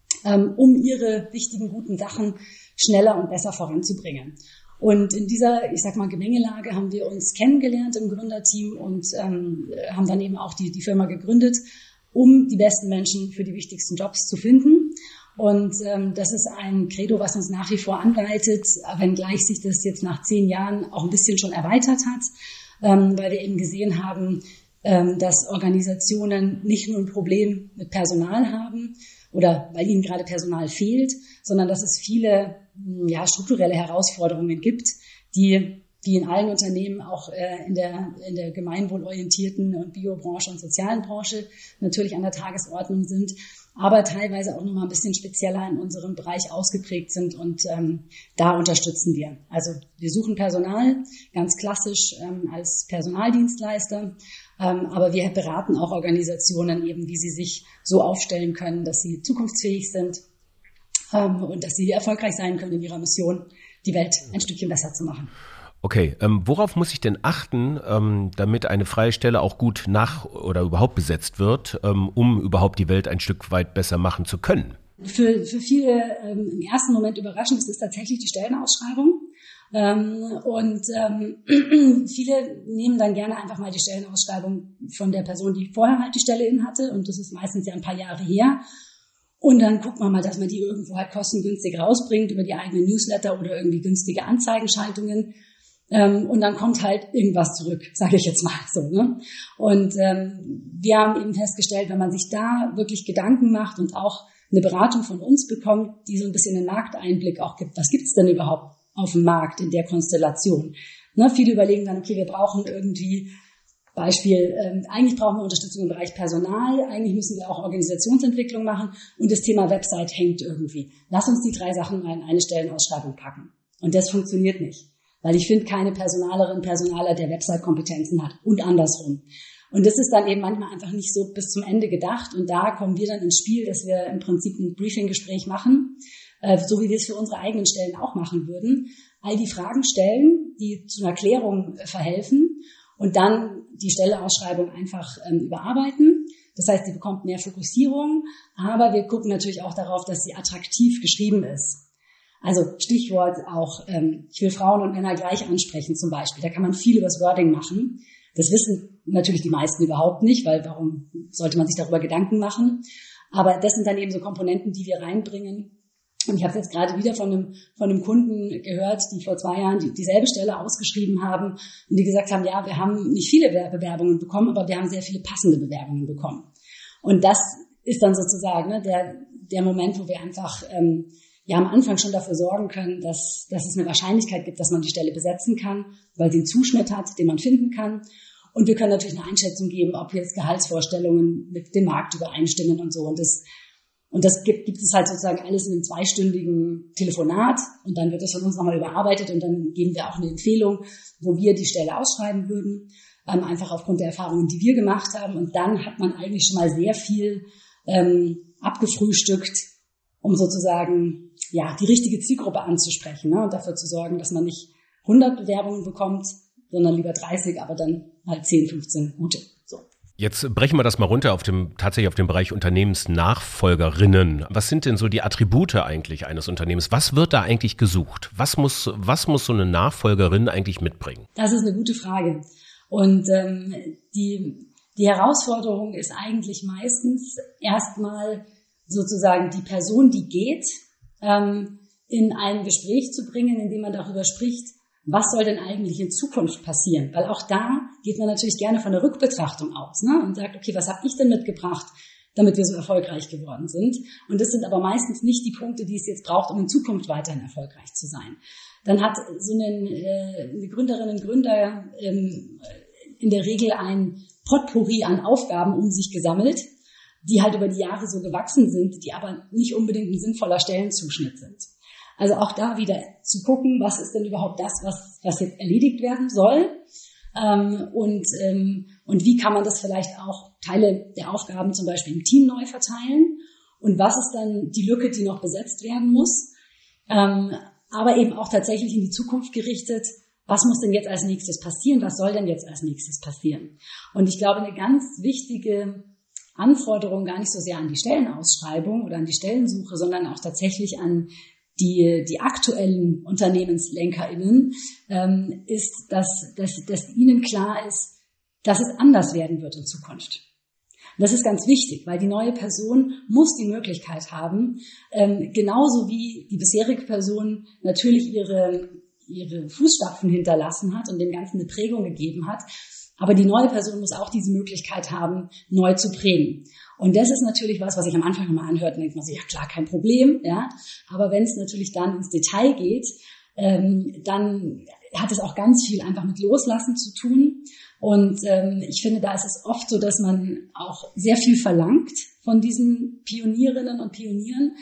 um ihre wichtigen, guten Sachen schneller und besser voranzubringen. Und in dieser, Gemengelage haben wir uns kennengelernt im Gründerteam und haben dann eben auch die Firma gegründet, um die besten Menschen für die wichtigsten Jobs zu finden. Und das ist ein Credo, was uns nach wie vor anleitet, wenngleich sich das jetzt nach 10 Jahren auch ein bisschen schon erweitert hat, weil wir eben gesehen haben, dass Organisationen nicht nur ein Problem mit Personal haben oder weil ihnen gerade Personal fehlt, sondern dass es viele strukturelle Herausforderungen gibt, die in allen Unternehmen, auch in der gemeinwohlorientierten und Biobranche und sozialen Branche natürlich an der Tagesordnung sind, aber teilweise auch nochmal ein bisschen spezieller in unserem Bereich ausgeprägt sind und da unterstützen wir. Also wir suchen Personal, ganz klassisch als Personaldienstleister, aber wir beraten auch Organisationen eben, wie sie sich so aufstellen können, dass sie zukunftsfähig sind und dass sie erfolgreich sein können in ihrer Mission, die Welt ein Stückchen besser zu machen.
Okay, worauf muss ich denn achten, damit eine freie Stelle auch gut oder überhaupt besetzt wird, um überhaupt die Welt ein Stück weit besser machen zu können?
Für viele im ersten Moment überraschend ist es tatsächlich die Stellenausschreibung. Viele nehmen dann gerne einfach mal die Stellenausschreibung von der Person, die vorher halt die Stelle hatte, und das ist meistens ja ein paar Jahre her. Und dann guckt man mal, dass man die irgendwo halt kostengünstig rausbringt über die eigenen Newsletter oder irgendwie günstige Anzeigenschaltungen. Und dann kommt halt irgendwas zurück, sage ich jetzt mal so. Ne? Und wir haben eben festgestellt, wenn man sich da wirklich Gedanken macht und auch eine Beratung von uns bekommt, die so ein bisschen einen Markteinblick auch gibt. Was gibt's denn überhaupt auf dem Markt in der Konstellation? Ne? Viele überlegen dann, okay, wir brauchen irgendwie Beispiel, eigentlich brauchen wir Unterstützung im Bereich Personal, eigentlich müssen wir auch Organisationsentwicklung machen und das Thema Website hängt irgendwie. Lass uns die 3 Sachen mal in eine Stellenausschreibung packen. Und das funktioniert nicht. Weil ich finde keine Personaler, der Website-Kompetenzen hat und andersrum. Und das ist dann eben manchmal einfach nicht so bis zum Ende gedacht. Und da kommen wir dann ins Spiel, dass wir im Prinzip ein Briefing-Gespräch machen, so wie wir es für unsere eigenen Stellen auch machen würden. All die Fragen stellen, die zu einer Klärung verhelfen und dann die Stelleausschreibung einfach überarbeiten. Das heißt, sie bekommt mehr Fokussierung, aber wir gucken natürlich auch darauf, dass sie attraktiv geschrieben ist. Also Stichwort auch, ich will Frauen und Männer gleich ansprechen zum Beispiel. Da kann man viel über das Wording machen. Das wissen natürlich die meisten überhaupt nicht, weil warum sollte man sich darüber Gedanken machen? Aber das sind dann eben so Komponenten, die wir reinbringen. Und ich habe jetzt gerade wieder von einem Kunden gehört, die vor 2 Jahren dieselbe Stelle ausgeschrieben haben und die gesagt haben, ja, wir haben nicht viele Bewerbungen bekommen, aber wir haben sehr viele passende Bewerbungen bekommen. Und das ist dann sozusagen der der Moment, wo wir einfach am Anfang schon dafür sorgen können, dass es eine Wahrscheinlichkeit gibt, dass man die Stelle besetzen kann, weil sie einen Zuschnitt hat, den man finden kann. Und wir können natürlich eine Einschätzung geben, ob jetzt Gehaltsvorstellungen mit dem Markt übereinstimmen und so. Und das gibt es halt sozusagen alles in einem 2-stündigen Telefonat. Und dann wird das von uns nochmal überarbeitet und dann geben wir auch eine Empfehlung, wo wir die Stelle ausschreiben würden, einfach aufgrund der Erfahrungen, die wir gemacht haben. Und dann hat man eigentlich schon mal sehr viel abgefrühstückt, um sozusagen die richtige Zielgruppe anzusprechen, ne? Und dafür zu sorgen, dass man nicht 100 Bewerbungen bekommt, sondern lieber 30, aber dann halt 10, 15 gute. So.
Jetzt brechen wir das mal runter tatsächlich auf den Bereich Unternehmensnachfolgerinnen. Was sind denn so die Attribute eigentlich eines Unternehmens? Was wird da eigentlich gesucht? Was muss so eine Nachfolgerin eigentlich mitbringen?
Das ist eine gute Frage. Und die Herausforderung ist eigentlich meistens erstmal sozusagen die Person, die geht, in ein Gespräch zu bringen, in dem man darüber spricht, was soll denn eigentlich in Zukunft passieren? Weil auch da geht man natürlich gerne von der Rückbetrachtung aus, ne? Und sagt, okay, was habe ich denn mitgebracht, damit wir so erfolgreich geworden sind? Und das sind aber meistens nicht die Punkte, die es jetzt braucht, um in Zukunft weiterhin erfolgreich zu sein. Dann hat so eine Gründerin und Gründer in der Regel ein Potpourri an Aufgaben um sich gesammelt, die halt über die Jahre so gewachsen sind, die aber nicht unbedingt ein sinnvoller Stellenzuschnitt sind. Also auch da wieder zu gucken, was ist denn überhaupt das, was jetzt erledigt werden soll, und wie kann man das vielleicht auch Teile der Aufgaben zum Beispiel im Team neu verteilen und was ist dann die Lücke, die noch besetzt werden muss, aber eben auch tatsächlich in die Zukunft gerichtet, was muss denn jetzt als nächstes passieren, was soll denn jetzt als nächstes passieren? Und ich glaube, eine ganz wichtige Anforderung gar nicht so sehr an die Stellenausschreibung oder an die Stellensuche, sondern auch tatsächlich an die aktuellen UnternehmenslenkerInnen, ist, dass ihnen klar ist, dass es anders werden wird in Zukunft. Und das ist ganz wichtig, weil die neue Person muss die Möglichkeit haben, genauso wie die bisherige Person natürlich ihre Fußstapfen hinterlassen hat und dem Ganzen eine Prägung gegeben hat, aber die neue Person muss auch diese Möglichkeit haben, neu zu prägen. Und das ist natürlich was sich am Anfang immer anhört und denkt man sich, ja klar, kein Problem, ja. Aber wenn es natürlich dann ins Detail geht, dann hat es auch ganz viel einfach mit Loslassen zu tun. Und ich finde, da ist es oft so, dass man auch sehr viel verlangt von diesen Pionierinnen und Pionieren.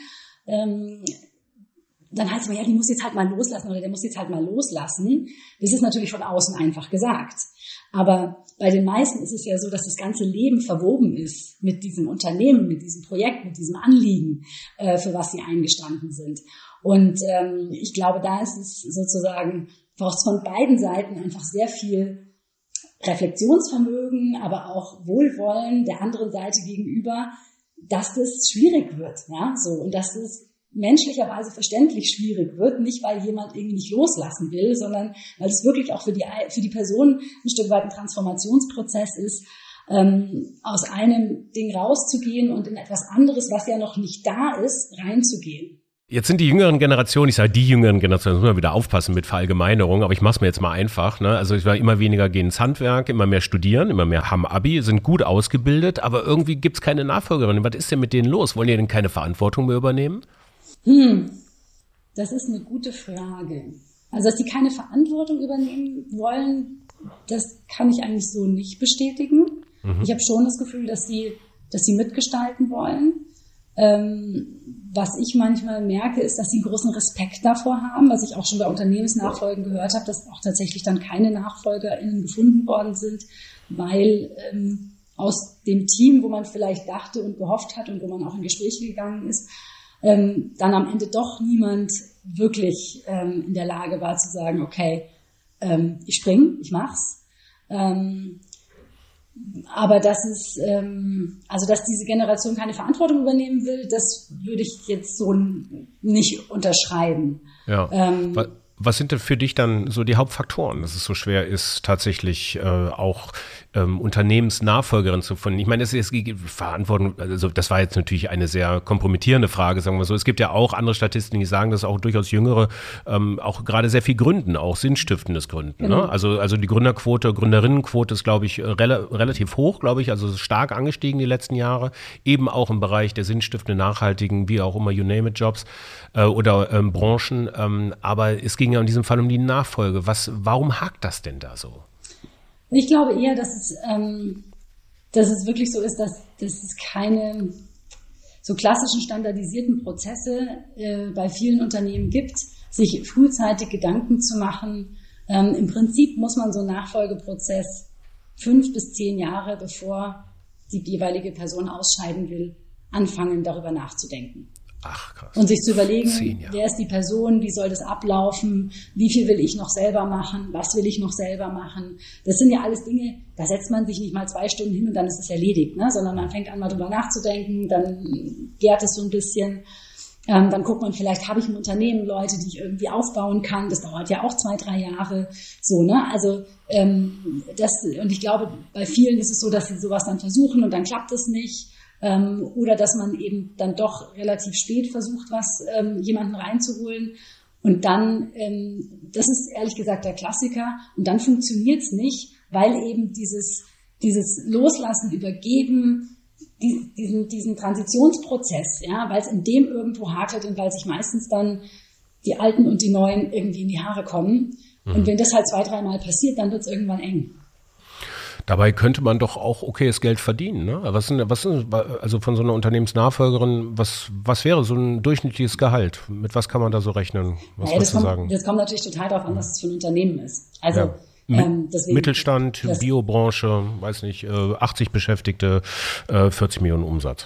Dann heißt es mal, ja, die muss jetzt halt mal loslassen oder der muss jetzt halt mal loslassen. Das ist natürlich von außen einfach gesagt. Aber bei den meisten ist es ja so, dass das ganze Leben verwoben ist mit diesem Unternehmen, mit diesem Projekt, mit diesem Anliegen, für was sie eingestanden sind. Und ich glaube, da ist es sozusagen, braucht es von beiden Seiten einfach sehr viel Reflexionsvermögen, aber auch Wohlwollen der anderen Seite gegenüber, dass das schwierig wird, ja, so, und dass es menschlicherweise verständlich schwierig wird, nicht weil jemand irgendwie nicht loslassen will, sondern weil es wirklich auch für die Person ein Stück weit ein Transformationsprozess ist, aus einem Ding rauszugehen und in etwas anderes, was ja noch nicht da ist, reinzugehen.
Jetzt sind die jüngeren Generationen, ich sage die jüngeren Generationen, muss man wieder aufpassen mit Verallgemeinerung, aber ich mache es mir jetzt mal einfach, ne? Also ich war immer weniger gehen ins Handwerk, immer mehr studieren, immer mehr haben Abi, sind gut ausgebildet, aber irgendwie gibt's keine Nachfolgerin. Was ist denn mit denen los? Wollen die denn keine Verantwortung mehr übernehmen?
Das ist eine gute Frage. Also, dass die keine Verantwortung übernehmen wollen, das kann ich eigentlich so nicht bestätigen. Ich habe schon das Gefühl, dass sie mitgestalten wollen. Was ich manchmal merke, ist, dass sie einen großen Respekt davor haben, was ich auch schon bei Unternehmensnachfolgen gehört habe, dass auch tatsächlich dann keine NachfolgerInnen gefunden worden sind, weil aus dem Team, wo man vielleicht dachte und gehofft hat und wo man auch in Gespräche gegangen ist, dann am Ende doch niemand wirklich in der Lage war zu sagen, okay, ich springe, ich mach's. Aber dass diese Generation keine Verantwortung übernehmen will, das würde ich jetzt so nicht unterschreiben.
Ja. Was sind denn für dich dann so die Hauptfaktoren, dass es so schwer ist, tatsächlich auch Unternehmensnachfolgerin zu finden? Ich meine, es ist Verantwortung, also das war jetzt natürlich eine sehr kompromittierende Frage, sagen wir so. Es gibt ja auch andere Statistiken, die sagen, dass auch durchaus Jüngere auch gerade sehr viel gründen, auch sinnstiftendes Gründen.
Genau.
Ne? Also die Gründerinnenquote ist, glaube ich, relativ hoch, glaube ich, also stark angestiegen die letzten Jahre, eben auch im Bereich der sinnstiftenden, nachhaltigen, wie auch immer, you name it, Jobs oder Branchen. Aber es ging ja in diesem Fall um die Nachfolge. Warum hakt das denn da so?
Ich glaube eher, dass es wirklich so ist, dass es keine so klassischen standardisierten Prozesse bei vielen Unternehmen gibt, sich frühzeitig Gedanken zu machen. Im Prinzip muss man so einen Nachfolgeprozess 5 bis 10 Jahre, bevor die jeweilige Person ausscheiden will, anfangen, darüber nachzudenken.
Ach, krass.
Und sich zu überlegen,
10 Jahre.
Wer ist die Person, wie soll das ablaufen, wie viel will ich noch selber machen, was will ich noch selber machen. Das sind ja alles Dinge, da setzt man sich nicht mal 2 Stunden hin und dann ist es erledigt, ne? Sondern man fängt an, mal drüber nachzudenken, dann gärt es so ein bisschen. Dann guckt man, vielleicht habe ich im Unternehmen Leute, die ich irgendwie aufbauen kann. Das dauert ja auch 2, 3 Jahre. So, ne? Also und ich glaube, bei vielen ist es so, dass sie sowas dann versuchen und dann klappt es nicht. Oder dass man eben dann doch relativ spät versucht, jemanden reinzuholen. Und dann, das ist ehrlich gesagt der Klassiker, und dann funktioniert es nicht, weil eben dieses Loslassen, Übergeben, diesen Transitionsprozess, ja, weil es in dem irgendwo hakelt und weil sich meistens dann die Alten und die Neuen irgendwie in die Haare kommen. Und wenn das halt 2, 3 Mal passiert, dann wird es irgendwann eng.
Dabei könnte man doch auch okayes Geld verdienen, ne? Also von so einer Unternehmensnachfolgerin, was wäre so ein durchschnittliches Gehalt? Mit was kann man da so rechnen?
Das kommt natürlich total darauf an, was es für ein Unternehmen ist. Also deswegen,
Mittelstand, Biobranche, weiß nicht, 80 Beschäftigte, 40 Millionen Umsatz.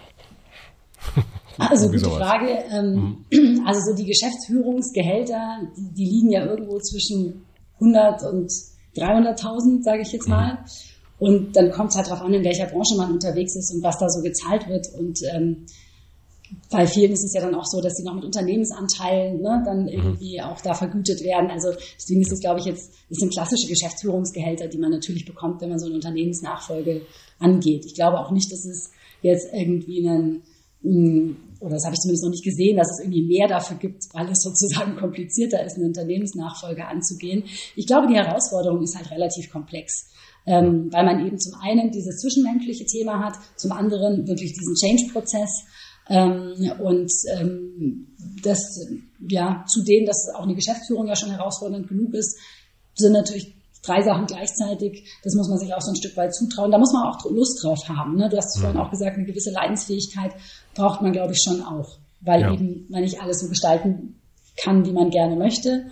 Also gute Frage. Also so die Geschäftsführungsgehälter, die liegen ja irgendwo zwischen 100 und 300.000, sage ich jetzt mal. Und dann kommt es halt darauf an, in welcher Branche man unterwegs ist und was da so gezahlt wird. Und bei vielen ist es ja dann auch so, dass sie noch mit Unternehmensanteilen dann irgendwie auch da vergütet werden. Also deswegen ist es, glaube ich, das sind klassische Geschäftsführungsgehälter, die man natürlich bekommt, wenn man so eine Unternehmensnachfolge angeht. Ich glaube auch nicht, dass es jetzt irgendwie oder das habe ich zumindest noch nicht gesehen, dass es irgendwie mehr dafür gibt, weil es sozusagen komplizierter ist, eine Unternehmensnachfolge anzugehen. Ich glaube, die Herausforderung ist halt relativ komplex, weil man eben zum einen dieses zwischenmenschliche Thema hat, zum anderen wirklich diesen Change-Prozess zudem, dass auch eine Geschäftsführung ja schon herausfordernd genug ist, sind natürlich 3 Sachen gleichzeitig, das muss man sich auch so ein Stück weit zutrauen. Da muss man auch Lust drauf haben. Ne? Du hast vorhin auch gesagt, eine gewisse Leidensfähigkeit braucht man, glaube ich, schon auch, weil eben man nicht alles so gestalten kann, wie man gerne möchte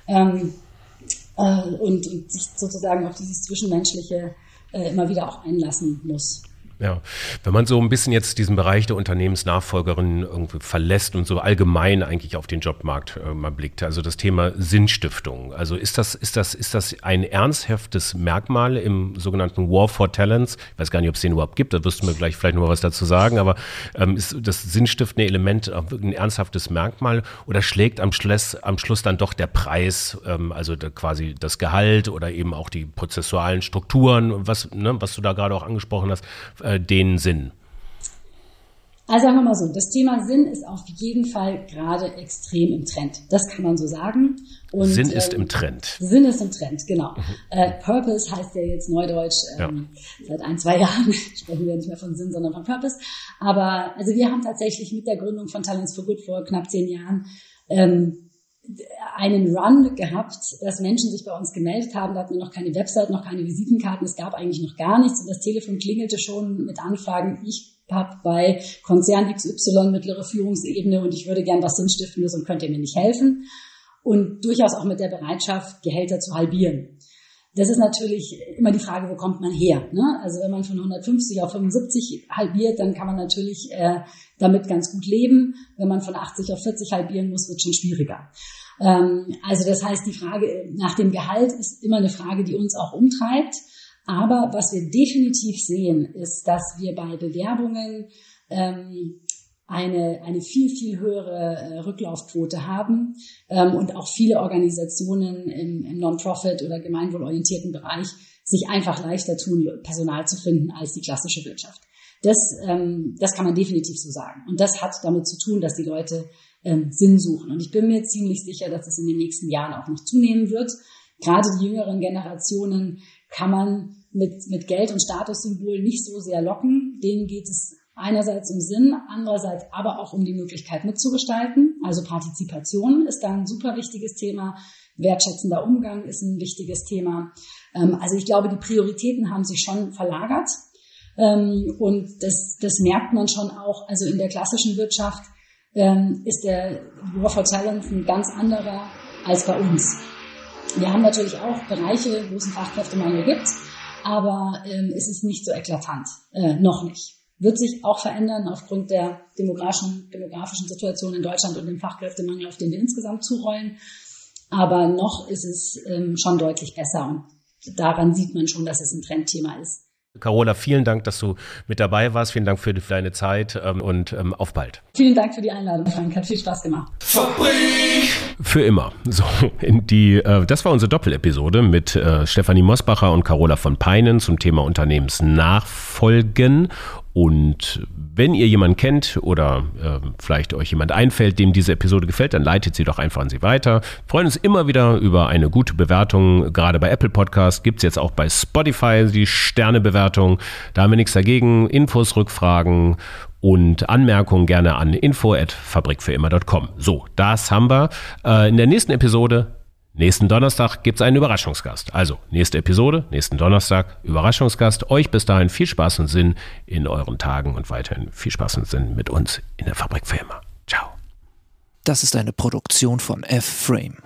und sich sozusagen auf dieses Zwischenmenschliche immer wieder auch einlassen muss.
Ja, wenn man so ein bisschen jetzt diesen Bereich der Unternehmensnachfolgerin irgendwie verlässt und so allgemein eigentlich auf den Jobmarkt mal blickt, also das Thema Sinnstiftung. Also ist das ein ernsthaftes Merkmal im sogenannten War for Talents? Ich weiß gar nicht, ob es den überhaupt gibt, da wirst du mir gleich vielleicht noch mal was dazu sagen, aber ist das sinnstiftende Element ein ernsthaftes Merkmal oder schlägt am Schluss dann doch der Preis, also quasi das Gehalt oder eben auch die prozessualen Strukturen, was du da gerade auch angesprochen hast, den Sinn?
Also sagen wir mal so, das Thema Sinn ist auf jeden Fall gerade extrem im Trend. Das kann man so sagen. Und,
Sinn ist im Trend.
Sinn ist im Trend, genau. Purpose heißt ja jetzt Neudeutsch. Seit 1, 2 Jahren sprechen wir nicht mehr von Sinn, sondern von Purpose. Aber also wir haben tatsächlich mit der Gründung von Talents for Good vor knapp 10 Jahren einen Run gehabt, dass Menschen sich bei uns gemeldet haben. Da hatten wir noch keine Website, noch keine Visitenkarten. Es gab eigentlich noch gar nichts. Und das Telefon klingelte schon mit Anfragen. Ich habe bei Konzern XY mittlere Führungsebene und ich würde gern was Sinnstiftendes und könnt ihr mir nicht helfen? Und durchaus auch mit der Bereitschaft, Gehälter zu halbieren. Das ist natürlich immer die Frage, wo kommt man her? Ne? Also wenn man von 150 auf 75 halbiert, dann kann man natürlich damit ganz gut leben. Wenn man von 80 auf 40 halbieren muss, wird es schon schwieriger. Also das heißt, die Frage nach dem Gehalt ist immer eine Frage, die uns auch umtreibt. Aber was wir definitiv sehen, ist, dass wir bei Bewerbungen eine viel, viel höhere Rücklaufquote haben und auch viele Organisationen im Non-Profit- oder gemeinwohlorientierten Bereich sich einfach leichter tun, Personal zu finden als die klassische Wirtschaft. Das kann man definitiv so sagen. Und das hat damit zu tun, dass die Leute Sinn suchen. Und ich bin mir ziemlich sicher, dass es in den nächsten Jahren auch noch zunehmen wird. Gerade die jüngeren Generationen kann man mit Geld und Statussymbol nicht so sehr locken. Denen geht es einerseits um Sinn, andererseits aber auch um die Möglichkeit mitzugestalten. Also Partizipation ist da ein super wichtiges Thema. Wertschätzender Umgang ist ein wichtiges Thema. Also ich glaube, die Prioritäten haben sich schon verlagert. Und das merkt man schon auch. Also in der klassischen Wirtschaft ist der War for Talent ein ganz anderer als bei uns. Wir haben natürlich auch Bereiche, wo es einen Fachkräftemangel gibt, aber es ist nicht so eklatant, noch nicht. Wird sich auch verändern aufgrund der demografischen Situation in Deutschland und dem Fachkräftemangel, auf den wir insgesamt zurollen. Aber noch ist es schon deutlich besser und daran sieht man schon, dass es ein Trendthema ist.
Carola, vielen Dank, dass du mit dabei warst. Vielen Dank für deine Zeit und auf bald.
Vielen Dank für die Einladung, Frank. Hat viel Spaß gemacht.
Fabrik! Für immer. So, das war unsere Doppelepisode mit Stefanie Mosbacher und Carola von Peinen zum Thema Unternehmensnachfolgen. Und wenn ihr jemanden kennt oder vielleicht euch jemand einfällt, dem diese Episode gefällt, dann leitet sie doch einfach an sie weiter. Wir freuen uns immer wieder über eine gute Bewertung. Gerade bei Apple Podcast gibt es jetzt auch bei Spotify die Sternebewertung. Da haben wir nichts dagegen. Infos, Rückfragen und Anmerkungen gerne an info@fabrikfürimmer.com. So, das haben wir. In der nächsten Episode, nächsten Donnerstag, gibt es einen Überraschungsgast. Also, nächste Episode, nächsten Donnerstag, Überraschungsgast. Euch bis dahin viel Spaß und Sinn in euren Tagen und weiterhin viel Spaß und Sinn mit uns in der Fabrik für immer. Ciao.
Das ist eine Produktion von F-Frame.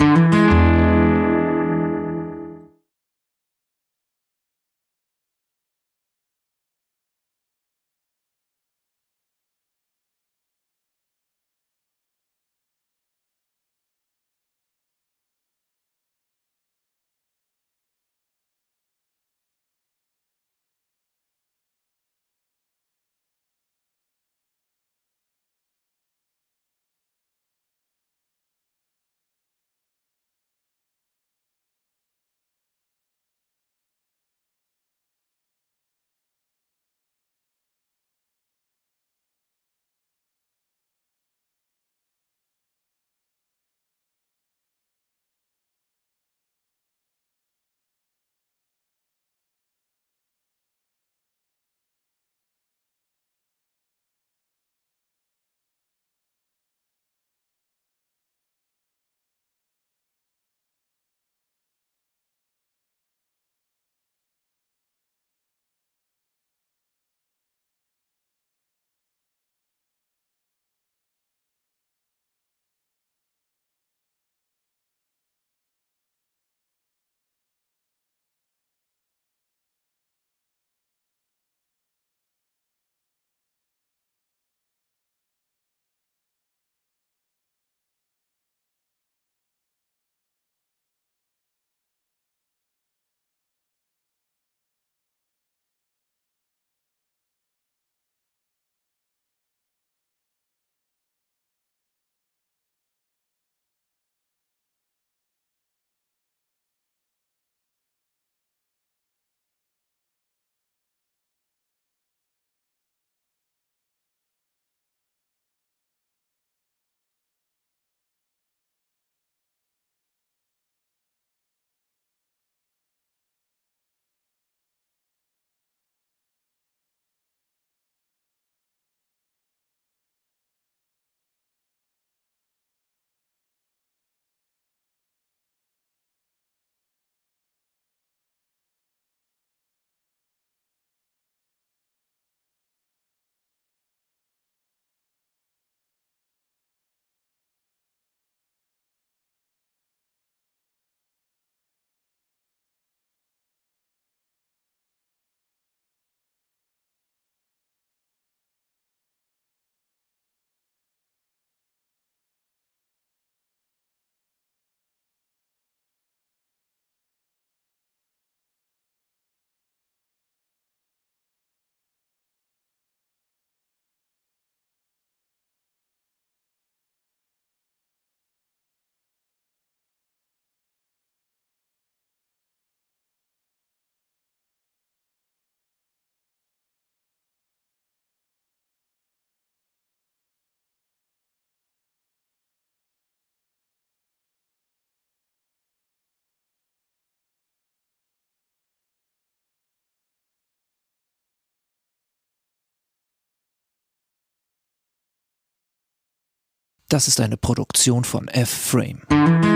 Das ist eine Produktion von F-Frame.